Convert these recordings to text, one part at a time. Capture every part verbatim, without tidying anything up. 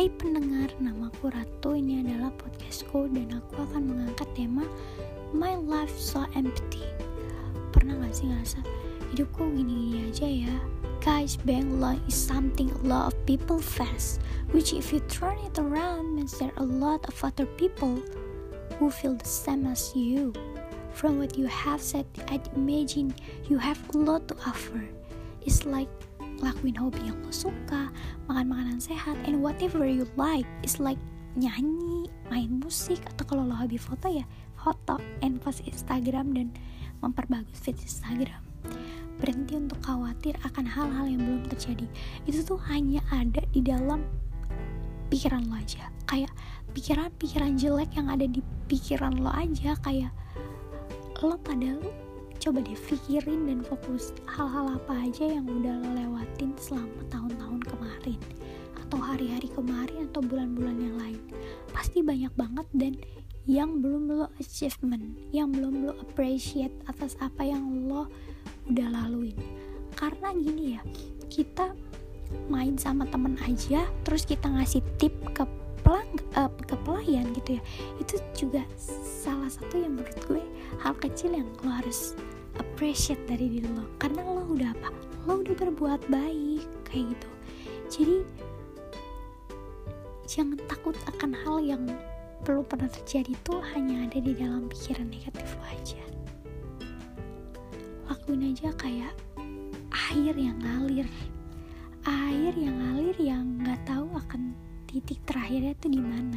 Hai pendengar, namaku Ratu. Ini adalah podcastku dan aku akan mengangkat tema My Life So Empty. Pernah gak sih ngerasa hidupku gini-gini aja ya? Guys, being alone is something a lot of people face, which if you turn it around means there are a lot of other people who feel the same as you. From what you have said, I'd imagine you have a lot to offer. It's like lakuin hobi yang lo suka, makan makanan sehat, and whatever you like. It's like nyanyi, main musik, atau kalau lo hobi foto ya foto, and post Instagram dan memperbagus feed Instagram. Berhenti untuk khawatir akan hal-hal yang belum terjadi. Itu tuh hanya ada di dalam pikiran lo aja. Kayak pikiran-pikiran jelek yang ada di pikiran lo aja. Kayak lo padahal coba deh pikirin dan fokus hal-hal apa aja yang udah lo lewatin selama tahun-tahun kemarin, atau hari-hari kemarin, atau bulan-bulan yang lain. Pasti banyak banget dan yang belum lo achievement, yang belum lo appreciate atas apa yang lo udah laluin. Karena gini ya, kita main sama temen aja terus kita ngasih tip ke pelang, uh, ke pelayan gitu ya, itu juga salah satu yang menurut gue hal kecil yang lo harus appreciate dari diri lo, karena lo udah apa, lo udah berbuat baik kayak gitu. Jadi jangan takut akan hal yang belum pernah terjadi, itu hanya ada di dalam pikiran negatif lo aja. Lakuin aja kayak air yang ngalir, air yang ngalir yang nggak tahu akan titik terakhirnya tuh di mana.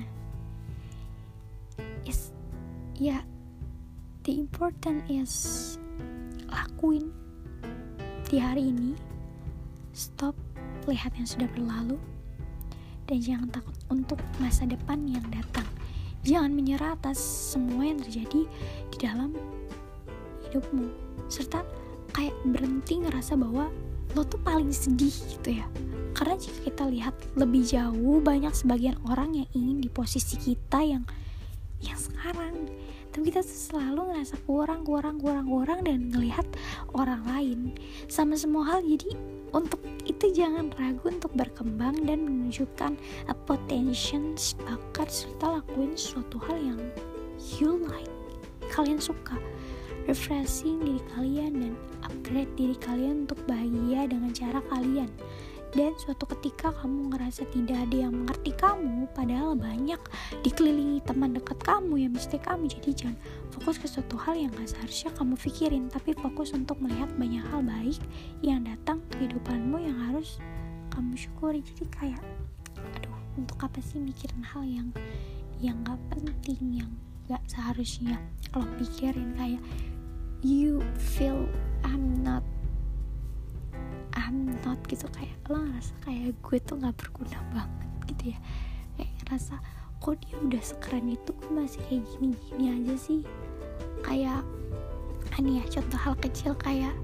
Is ya, yeah, the important is lakuin di hari ini. Stop lihat yang sudah berlalu dan jangan takut untuk masa depan yang datang. Jangan menyerah atas semua yang terjadi di dalam hidupmu, serta kayak berhenti ngerasa bahwa lo tuh paling sedih gitu ya. Karena jika kita lihat lebih jauh, banyak sebagian orang yang ingin di posisi kita yang yang sekarang, tapi kita tuh selalu ngerasa kurang, kurang, kurang, kurang dan ngelihat orang lain sama semua hal. Jadi untuk itu jangan ragu untuk berkembang dan menunjukkan a potential, bakat, serta lakuin suatu hal yang you like, kalian suka. Refreshing diri kalian dan upgrade diri kalian untuk bahagia dengan cara kalian. Dan suatu ketika kamu ngerasa tidak ada yang mengerti kamu, padahal banyak dikelilingi teman dekat kamu yang mesti kamu. Jadi jangan fokus ke suatu hal yang gak seharusnya kamu pikirin, tapi fokus untuk melihat banyak hal baik yang datang ke kehidupanmu yang harus kamu syukuri. Jadi kayak, aduh, untuk apa sih mikirin hal yang yang gak penting, yang gak seharusnya lo pikirin. Kayak you feel I'm not I'm not gitu, kayak lo ngerasa kayak gue tuh gak berguna banget gitu ya. Kayak ngerasa kok dia udah sekeren itu, gue masih kayak gini-gini aja sih. Kayak ini ya, contoh hal kecil kayak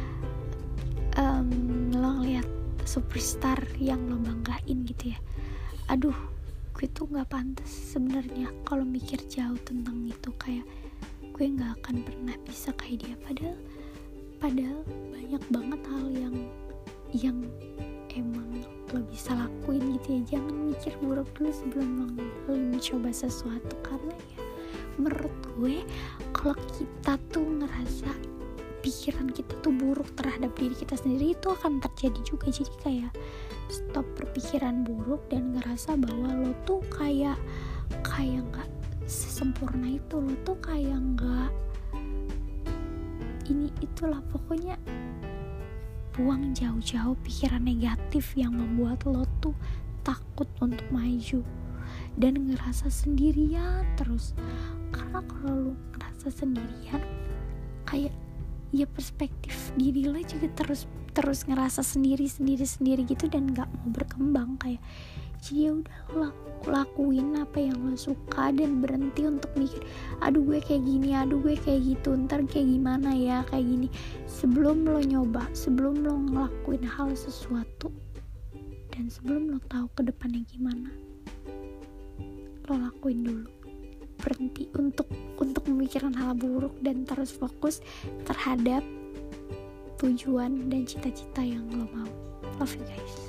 um, lo ngeliat superstar yang lo banggain gitu ya. Aduh, gue tuh gak pantas sebenarnya kalau mikir jauh tentang itu. Kayak gue gak akan pernah bisa kayak dia. Padahal Padahal banyak banget hal yang yang emang lo bisa lakuin gitu ya. Jangan mikir buruk dulu sebelum lo, lo mencoba sesuatu. Karena ya menurut gue kalau kita tuh ngerasa pikiran kita tuh buruk terhadap diri kita sendiri, itu akan terjadi juga. Jadi kayak stop berpikiran buruk dan ngerasa bahwa lo tuh kayak kayak gak sesempurna itu, lo tuh kayak gak ini itulah. Pokoknya buang jauh-jauh pikiran negatif yang membuat lo tuh takut untuk maju dan ngerasa sendirian terus. Karena kalau lo ngerasa sendirian, kayak ya perspektif diri lo juga terus terus ngerasa sendiri sendiri sendiri gitu dan nggak mau berkembang. Kayak jadi ya udah, lo lakuin apa yang lo suka dan berhenti untuk mikir aduh gue kayak gini, aduh gue kayak gitu, ntar kayak gimana ya, kayak gini. Sebelum lo nyoba, sebelum lo ngelakuin hal sesuatu, dan sebelum lo tahu ke depannya gimana, lo lakuin dulu. Berhenti untuk untuk memikirkan hal buruk dan terus fokus terhadap tujuan dan cita-cita yang lo mau. Love you guys.